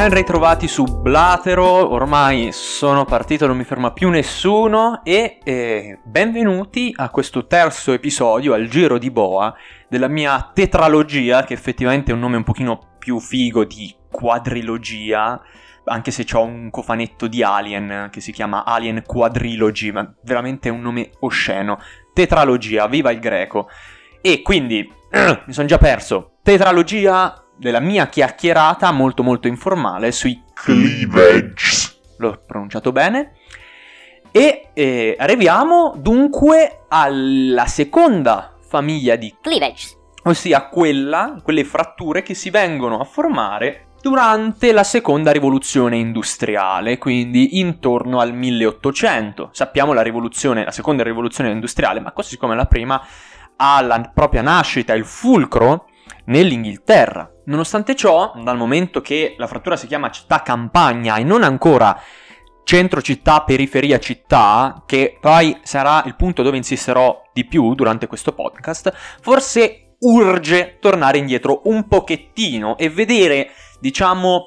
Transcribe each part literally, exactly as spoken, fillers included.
Ben ritrovati su Blatero, ormai sono partito, non mi ferma più nessuno e eh, benvenuti a questo terzo episodio, al giro di boa, della mia tetralogia, che effettivamente è un nome un pochino più figo di quadrilogia, anche se c'ho un cofanetto di Alien che si chiama Alien Quadrilogy, ma veramente è un nome osceno. Tetralogia, viva il greco! E quindi, mi sono già perso, tetralogia della mia chiacchierata molto molto informale sui cleavage. L'ho pronunciato bene. E eh, arriviamo dunque alla seconda famiglia di cleavage, ossia quella, quelle fratture che si vengono a formare durante la seconda rivoluzione industriale, quindi intorno al milleottocento. Sappiamo la rivoluzione, la seconda rivoluzione industriale, ma così come la prima ha la propria nascita, il fulcro, nell'Inghilterra. Nonostante ciò, dal momento che la frattura si chiama città-campagna e non ancora centro-città, periferia-città, che poi sarà il punto dove insisterò di più durante questo podcast, forse urge tornare indietro un pochettino e vedere, diciamo,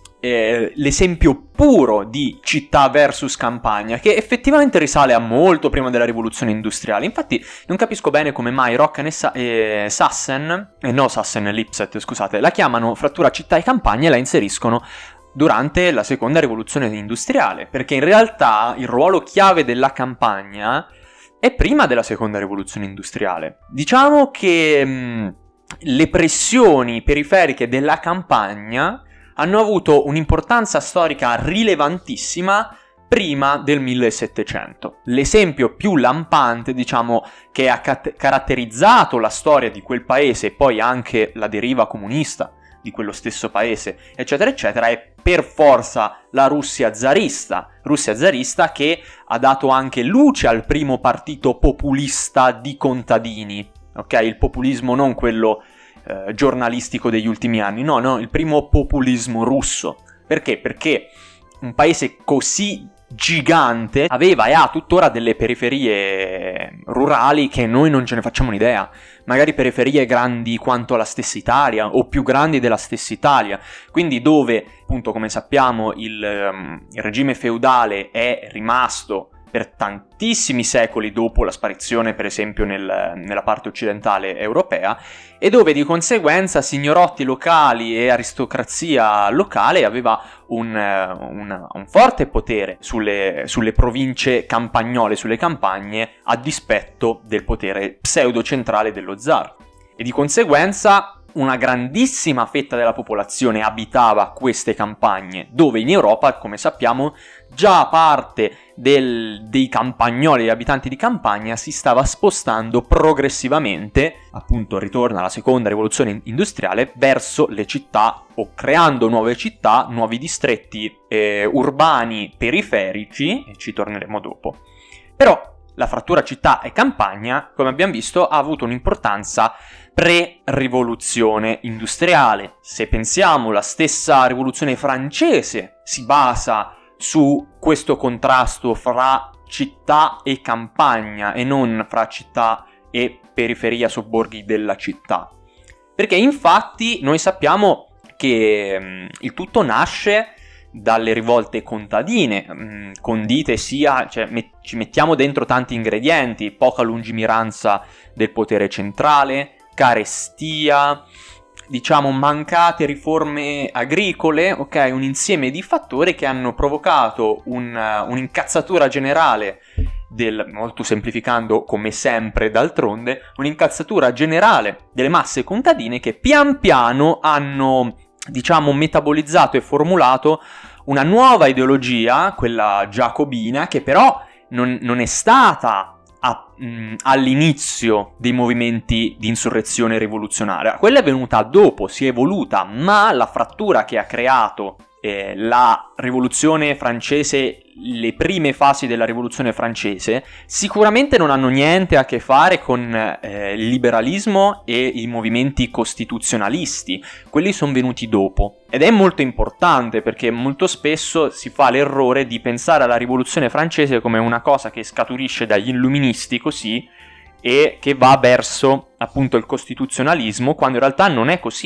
eh, l'esempio puro di città versus campagna, che effettivamente risale a molto prima della rivoluzione industriale. Infatti non capisco bene come mai Rocken e, Sa- e Sassen, e eh, no Sassen e Lipset, scusate, la chiamano frattura città e campagna e la inseriscono durante la seconda rivoluzione industriale, perché in realtà il ruolo chiave della campagna è prima della seconda rivoluzione industriale. Diciamo che mh, le pressioni periferiche della campagna hanno avuto un'importanza storica rilevantissima prima del millesettecento. L'esempio più lampante, diciamo, che ha cat- caratterizzato la storia di quel paese e poi anche la deriva comunista di quello stesso paese, eccetera, eccetera, è per forza la Russia zarista. Russia zarista che ha dato anche luce al primo partito populista di contadini, ok? Il populismo non quello eh, giornalistico degli ultimi anni, no, no, il primo populismo russo. Perché? Perché un paese così gigante aveva e ha tuttora delle periferie rurali che noi non ce ne facciamo un'idea, magari periferie grandi quanto la stessa Italia o più grandi della stessa Italia, quindi dove appunto, come sappiamo, il, um, il regime feudale è rimasto per tantissimi secoli dopo la sparizione, per esempio, nel, nella parte occidentale europea, e dove di conseguenza signorotti locali e aristocrazia locale aveva un, un, un forte potere sulle, sulle province campagnole, sulle campagne, a dispetto del potere pseudo-centrale dello zar. E di conseguenza una grandissima fetta della popolazione abitava queste campagne, dove in Europa, come sappiamo, già parte del, dei campagnoli, degli abitanti di campagna, si stava spostando progressivamente, appunto ritorna la seconda rivoluzione industriale, verso le città o creando nuove città, nuovi distretti eh, urbani periferici, e ci torneremo dopo. Però la frattura città e campagna, come abbiamo visto, ha avuto un'importanza pre-rivoluzione industriale. Se pensiamo, la stessa rivoluzione francese si basa su questo contrasto fra città e campagna e non fra città e periferia, sobborghi della città. Perché infatti noi sappiamo che mh, il tutto nasce dalle rivolte contadine, mh, condite sia, cioè met- ci mettiamo dentro tanti ingredienti, poca lungimiranza del potere centrale, carestia, diciamo mancate riforme agricole, ok, un insieme di fattori che hanno provocato un, uh, un'incazzatura generale del, molto semplificando come sempre d'altronde, un'incazzatura generale delle masse contadine che pian piano hanno, diciamo, metabolizzato e formulato una nuova ideologia, quella giacobina, che però non, non è stata a, mh, all'inizio dei movimenti di insurrezione rivoluzionaria. Quella è venuta dopo, si è evoluta, ma la frattura che ha creato eh, la rivoluzione francese, le prime fasi della rivoluzione francese, sicuramente non hanno niente a che fare con eh, il liberalismo e i movimenti costituzionalisti. Quelli sono venuti dopo. Ed è molto importante perché molto spesso si fa l'errore di pensare alla rivoluzione francese come una cosa che scaturisce dagli illuministi così e che va verso appunto il costituzionalismo, quando in realtà non è così.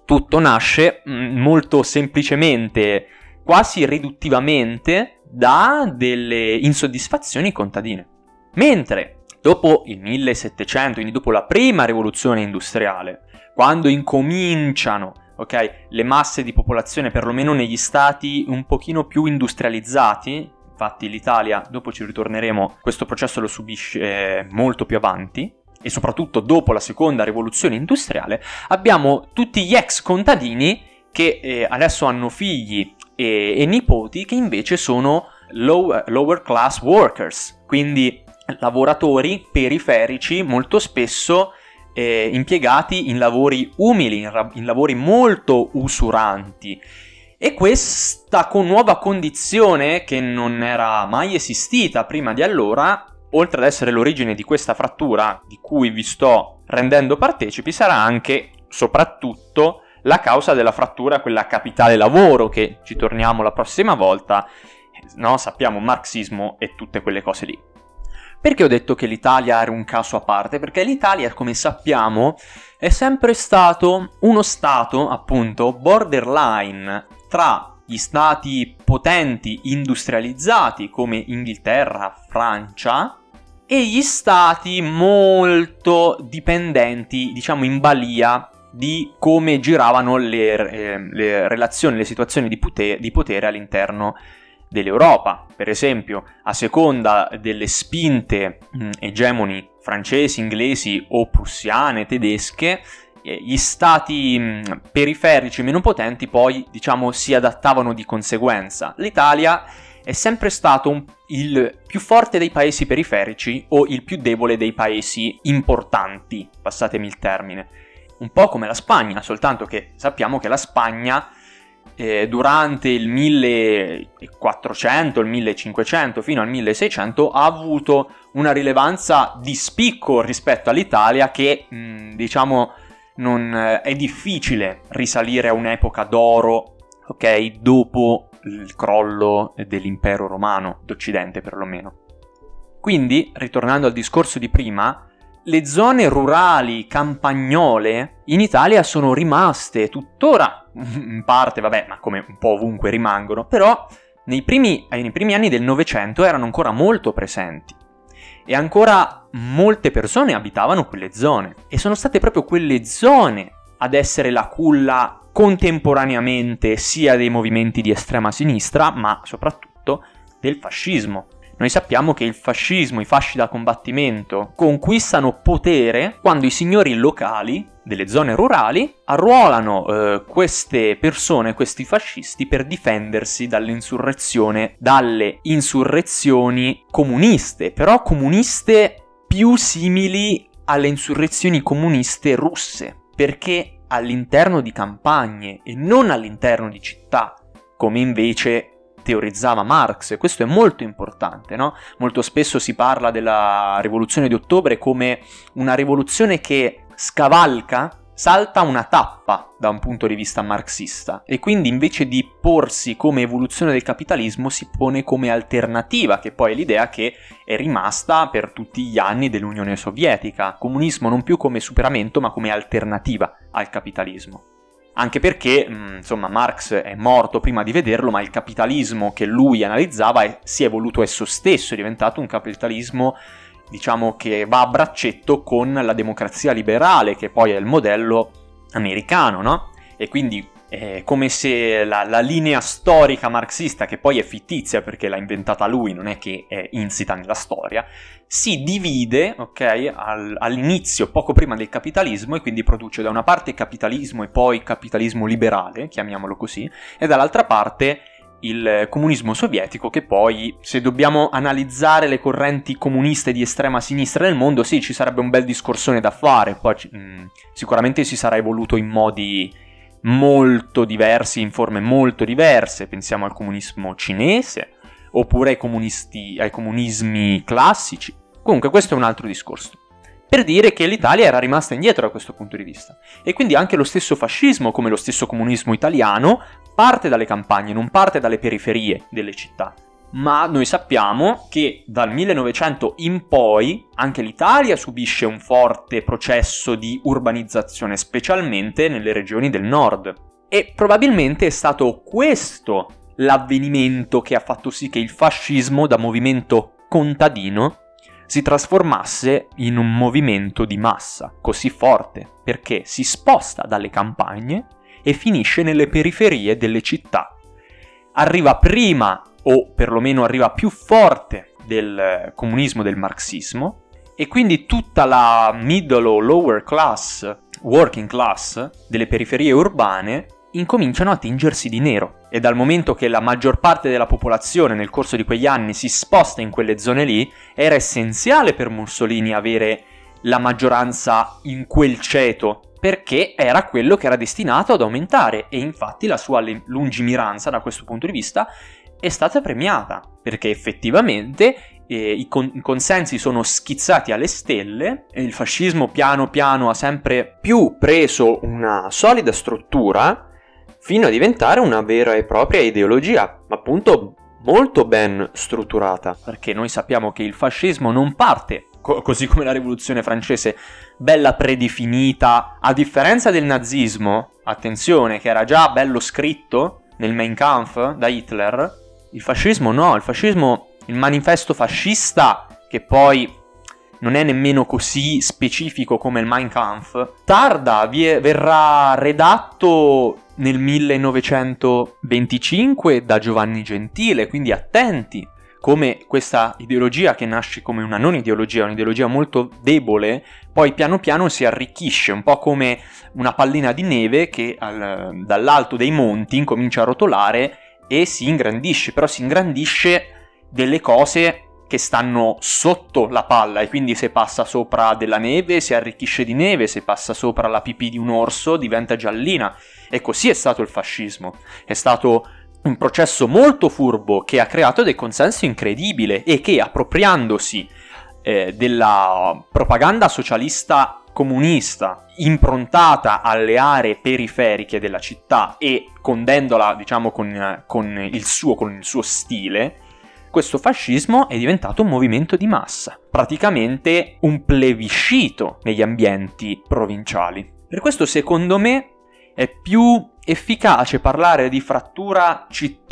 Tutto nasce mh, molto semplicemente, quasi riduttivamente, da delle insoddisfazioni contadine. Mentre dopo il millesettecento, quindi dopo la prima rivoluzione industriale, quando incominciano, ok, le masse di popolazione, perlomeno negli stati un pochino più industrializzati, infatti l'Italia, dopo ci ritorneremo, questo processo lo subisce eh, molto più avanti, e soprattutto dopo la seconda rivoluzione industriale, abbiamo tutti gli ex contadini che eh, adesso hanno figli e, e nipoti che invece sono low, lower class workers, quindi lavoratori periferici molto spesso eh, impiegati in lavori umili, in, ra- in lavori molto usuranti. E questa con nuova condizione, che non era mai esistita prima di allora, oltre ad essere l'origine di questa frattura di cui vi sto rendendo partecipi, sarà anche, soprattutto, la causa della frattura, quella capitale-lavoro, che ci torniamo la prossima volta, no? Sappiamo marxismo e tutte quelle cose lì. Perché ho detto che l'Italia era un caso a parte? Perché l'Italia, come sappiamo, è sempre stato uno stato, appunto, borderline tra gli stati potenti industrializzati come Inghilterra, Francia, e gli stati molto dipendenti, diciamo in balia di come giravano le, eh, le relazioni, le situazioni di potere, di potere all'interno dell'Europa. Per esempio, a seconda delle spinte mh, egemoni francesi, inglesi o prussiane, tedesche, eh, gli stati mh, periferici meno potenti poi, diciamo, si adattavano di conseguenza. L'Italia è sempre stato un, il più forte dei paesi periferici o il più debole dei paesi importanti, passatemi il termine. Un po' come la Spagna, soltanto che sappiamo che la Spagna eh, durante il millequattrocento, il millecinquecento fino al milleseicento ha avuto una rilevanza di spicco rispetto all'Italia che, mh, diciamo, non eh, è difficile risalire a un'epoca d'oro, ok, dopo il crollo dell'impero romano, d'Occidente perlomeno. Quindi, ritornando al discorso di prima, le zone rurali, campagnole, in Italia sono rimaste tuttora, in parte, vabbè, ma come un po' ovunque rimangono, però nei primi, nei primi anni del Novecento erano ancora molto presenti. E ancora molte persone abitavano quelle zone. E sono state proprio quelle zone ad essere la culla contemporaneamente sia dei movimenti di estrema sinistra, ma soprattutto del fascismo. Noi sappiamo che il fascismo, i fasci da combattimento, conquistano potere quando i signori locali delle zone rurali arruolano eh, queste persone, questi fascisti, per difendersi dall'insurrezione, dalle insurrezioni comuniste, però comuniste più simili alle insurrezioni comuniste russe, perché all'interno di campagne e non all'interno di città, come invece teorizzava Marx. E questo è molto importante, no? Molto spesso si parla della rivoluzione di ottobre come una rivoluzione che scavalca, salta una tappa da un punto di vista marxista, e quindi invece di porsi come evoluzione del capitalismo si pone come alternativa, che poi è l'idea che è rimasta per tutti gli anni dell'Unione Sovietica. Comunismo non più come superamento ma come alternativa al capitalismo. Anche perché, insomma, Marx è morto prima di vederlo, ma il capitalismo che lui analizzava è, si è evoluto esso stesso, è diventato un capitalismo, diciamo, che va a braccetto con la democrazia liberale, che poi è il modello americano, no? E quindi è come se la, la linea storica marxista, che poi è fittizia perché l'ha inventata lui, non è che è insita nella storia, si divide, ok, al, all'inizio, poco prima del capitalismo, e quindi produce da una parte capitalismo e poi capitalismo liberale, chiamiamolo così, e dall'altra parte il comunismo sovietico, che poi, se dobbiamo analizzare le correnti comuniste di estrema sinistra nel mondo, sì, ci sarebbe un bel discorsone da fare, poi mh, sicuramente si sarà evoluto in modi molto diversi, in forme molto diverse. Pensiamo al comunismo cinese, oppure ai comunisti, ai comunismi classici. Comunque questo è un altro discorso, per dire che l'Italia era rimasta indietro da questo punto di vista, e quindi anche lo stesso fascismo, come lo stesso comunismo italiano, parte dalle campagne, non parte dalle periferie delle città. ma noi sappiamo che dal millenovecento in poi anche l'Italia subisce un forte processo di urbanizzazione, specialmente nelle regioni del nord. E probabilmente è stato questo l'avvenimento che ha fatto sì che il fascismo, da movimento contadino, si trasformasse in un movimento di massa così forte, perché si sposta dalle campagne e finisce nelle periferie delle città. Arriva prima, o perlomeno arriva più forte del comunismo, del marxismo, e quindi tutta la middle o lower class, working class delle periferie urbane incominciano a tingersi di nero. E dal momento che la maggior parte della popolazione nel corso di quegli anni si sposta in quelle zone lì, era essenziale per Mussolini avere la maggioranza in quel ceto, perché era quello che era destinato ad aumentare, e infatti la sua lungimiranza da questo punto di vista è stata premiata, perché effettivamente eh, i, con- i consensi sono schizzati alle stelle e il fascismo piano piano ha sempre più preso una solida struttura fino a diventare una vera e propria ideologia, appunto molto ben strutturata. Perché noi sappiamo che il fascismo non parte, co- così come la rivoluzione francese, bella predefinita, a differenza del nazismo, attenzione, che era già bello scritto nel Mein Kampf da Hitler. Il fascismo no, il fascismo, il manifesto fascista, che poi non è nemmeno così specifico come il Mein Kampf, tarda, vie, verrà redatto nel millenovecentoventicinque da Giovanni Gentile, quindi attenti come questa ideologia, che nasce come una non ideologia, un'ideologia molto debole, poi piano piano si arricchisce, un po' come una pallina di neve che al, dall'alto dei monti incomincia a rotolare e si ingrandisce, però si ingrandisce delle cose che stanno sotto la palla, e quindi se passa sopra della neve si arricchisce di neve, se passa sopra la pipì di un orso diventa giallina, e così è stato il fascismo. È stato un processo molto furbo che ha creato dei consensi incredibili e che, appropriandosi eh, della propaganda socialista comunista improntata alle aree periferiche della città e condendola, diciamo, con, con, il suo, con il suo stile, questo fascismo è diventato un movimento di massa, praticamente un plebiscito negli ambienti provinciali. Per questo, secondo me, è più efficace parlare di frattura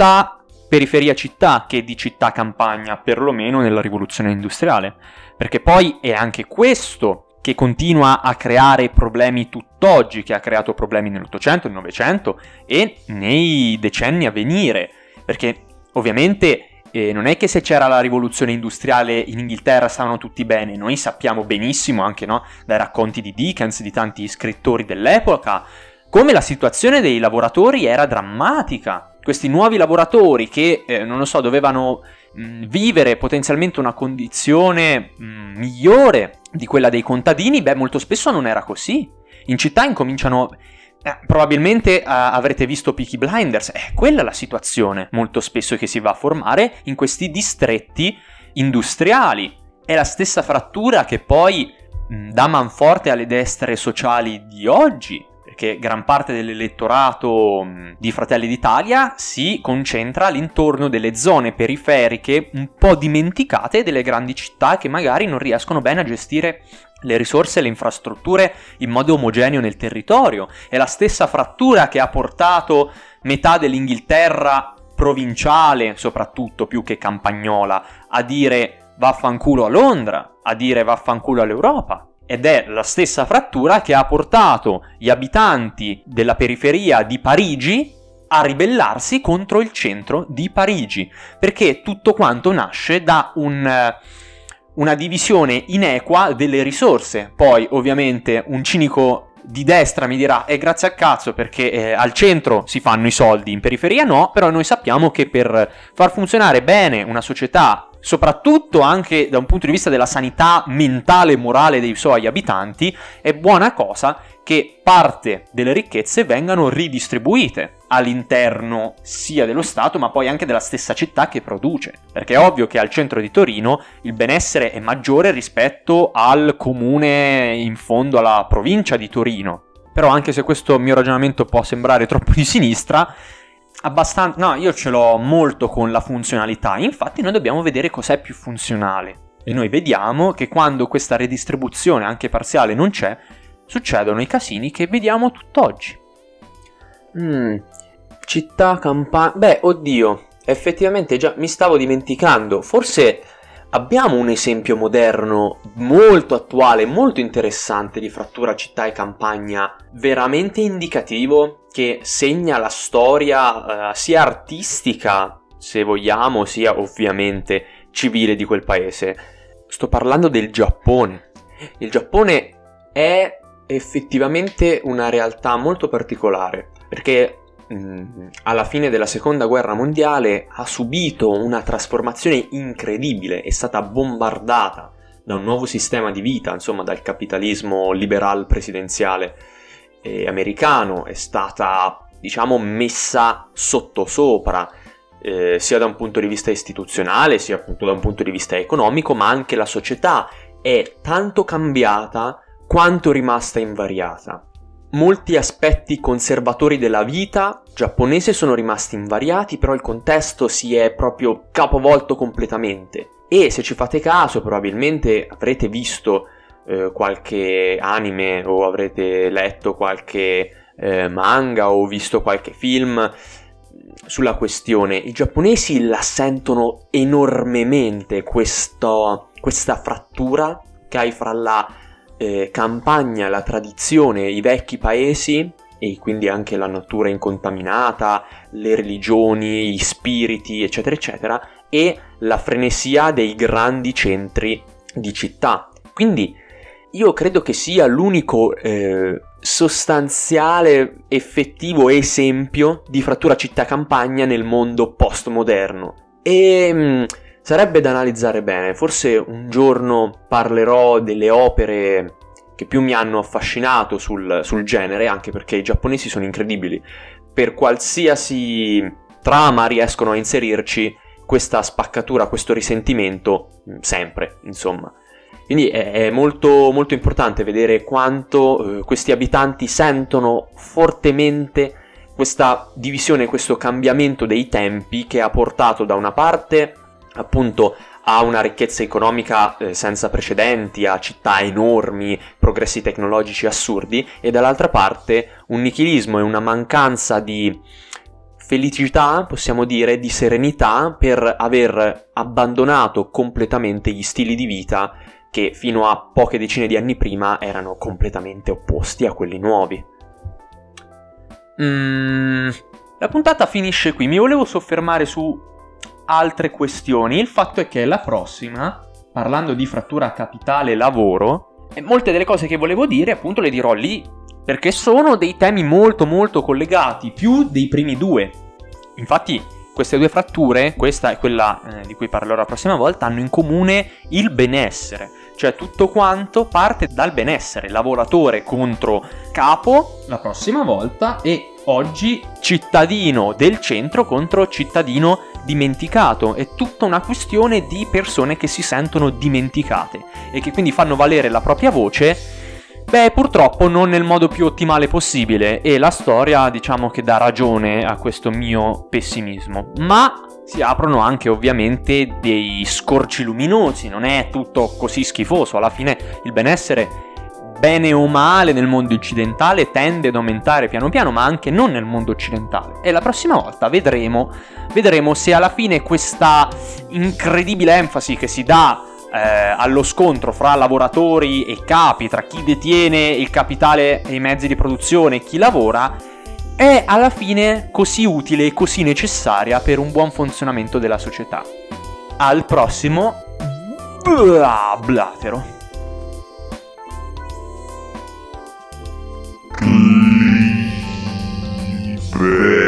città-periferia-città che di città-campagna, perlomeno nella rivoluzione industriale, perché poi è anche questo che continua a creare problemi tutt'oggi, che ha creato problemi nell'Ottocento, nel Novecento e nei decenni a venire, perché ovviamente eh, non è che se c'era la rivoluzione industriale in Inghilterra stavano tutti bene. Noi sappiamo benissimo, anche no, dai racconti di Dickens, di tanti scrittori dell'epoca, come la situazione dei lavoratori era drammatica. Questi nuovi lavoratori che, eh, non lo so, dovevano mh, vivere potenzialmente una condizione mh, migliore di quella dei contadini, beh, molto spesso non era così. In città incominciano... Eh, probabilmente eh, avrete visto Peaky Blinders, è quella la situazione molto spesso che si va a formare in questi distretti industriali. È la stessa frattura che poi mh, dà manforte alle destre sociali di oggi, perché gran parte dell'elettorato mh, di Fratelli d'Italia si concentra all'intorno delle zone periferiche un po' dimenticate delle grandi città, che magari non riescono bene a gestire le risorse e le infrastrutture in modo omogeneo nel territorio. È la stessa frattura che ha portato metà dell'Inghilterra provinciale, soprattutto più che campagnola, a dire vaffanculo a Londra, a dire vaffanculo all'Europa. Ed è la stessa frattura che ha portato gli abitanti della periferia di Parigi a ribellarsi contro il centro di Parigi, perché tutto quanto nasce da un... una divisione inequa delle risorse. Poi ovviamente un cinico di destra mi dirà è grazie a cazzo, perché eh, al centro si fanno i soldi, in periferia no. Però noi sappiamo che per far funzionare bene una società, soprattutto anche da un punto di vista della sanità mentale e morale dei suoi abitanti, è buona cosa che parte delle ricchezze vengano ridistribuite all'interno sia dello Stato ma poi anche della stessa città che produce, perché è ovvio che al centro di Torino il benessere è maggiore rispetto al comune in fondo alla provincia di Torino. Però, anche se questo mio ragionamento può sembrare troppo di sinistra, abbastanza... No, io ce l'ho molto con la funzionalità, infatti noi dobbiamo vedere cos'è più funzionale. E noi vediamo che quando questa redistribuzione, anche parziale, non c'è, succedono i casini che vediamo tutt'oggi. Mm, città, campagna... Beh, oddio, effettivamente già mi stavo dimenticando. Forse abbiamo un esempio moderno, molto attuale, molto interessante di frattura città e campagna, veramente indicativo, che segna la storia eh, sia artistica, se vogliamo, sia ovviamente civile di quel paese. Sto parlando del Giappone. Il Giappone è effettivamente una realtà molto particolare, perché mh, alla fine della seconda guerra mondiale ha subito una trasformazione incredibile, è stata bombardata da un nuovo sistema di vita, insomma dal capitalismo liberal presidenziale eh, americano, è stata, diciamo, messa sottosopra, eh, sia da un punto di vista istituzionale, sia appunto da un punto di vista economico, ma anche la società è tanto cambiata quanto rimasta invariata. Molti aspetti conservatori della vita giapponese sono rimasti invariati, però il contesto si è proprio capovolto completamente. E se ci fate caso, probabilmente avrete visto eh, qualche anime o avrete letto qualche eh, manga o visto qualche film sulla questione. I giapponesi la sentono enormemente questo, questa frattura che hai fra la eh, campagna, la tradizione, i vecchi paesi, e quindi anche la natura incontaminata, le religioni, gli spiriti, eccetera eccetera, e la frenesia dei grandi centri di città. Quindi io credo che sia l'unico eh, sostanziale, effettivo esempio di frattura città-campagna nel mondo postmoderno. E mh, sarebbe da analizzare bene. Forse un giorno parlerò delle opere che più mi hanno affascinato sul, sul genere, anche perché i giapponesi sono incredibili. Per qualsiasi trama riescono a inserirci questa spaccatura, questo risentimento, sempre, insomma. Quindi è molto, molto importante vedere quanto eh, questi abitanti sentono fortemente questa divisione, questo cambiamento dei tempi che ha portato da una parte appunto a una ricchezza economica eh, senza precedenti, a città enormi, progressi tecnologici assurdi, e dall'altra parte un nichilismo e una mancanza di felicità, possiamo dire, di serenità, per aver abbandonato completamente gli stili di vita che fino a poche decine di anni prima erano completamente opposti a quelli nuovi. Mm, la puntata finisce qui. Mi volevo soffermare su altre questioni. Il fatto è che la prossima, parlando di frattura capitale-lavoro, e molte delle cose che volevo dire appunto le dirò lì, perché sono dei temi molto molto collegati, più dei primi due. Infatti queste due fratture, questa e quella eh, di cui parlerò la prossima volta, hanno in comune il benessere, cioè tutto quanto parte dal benessere, lavoratore contro capo la prossima volta, e oggi cittadino del centro contro cittadino dimenticato. È tutta una questione di persone che si sentono dimenticate e che quindi fanno valere la propria voce, beh, purtroppo non nel modo più ottimale possibile, e la storia, diciamo, che dà ragione a questo mio pessimismo. Ma si aprono anche ovviamente dei scorci luminosi, non è tutto così schifoso. Alla fine il benessere, bene o male, nel mondo occidentale tende ad aumentare piano piano, ma anche non nel mondo occidentale. E la prossima volta vedremo, vedremo se alla fine questa incredibile enfasi che si dà Eh, allo scontro fra lavoratori e capi, tra chi detiene il capitale e i mezzi di produzione e chi lavora, è alla fine così utile e così necessaria per un buon funzionamento della società. Al prossimo bla blatero. Clipe.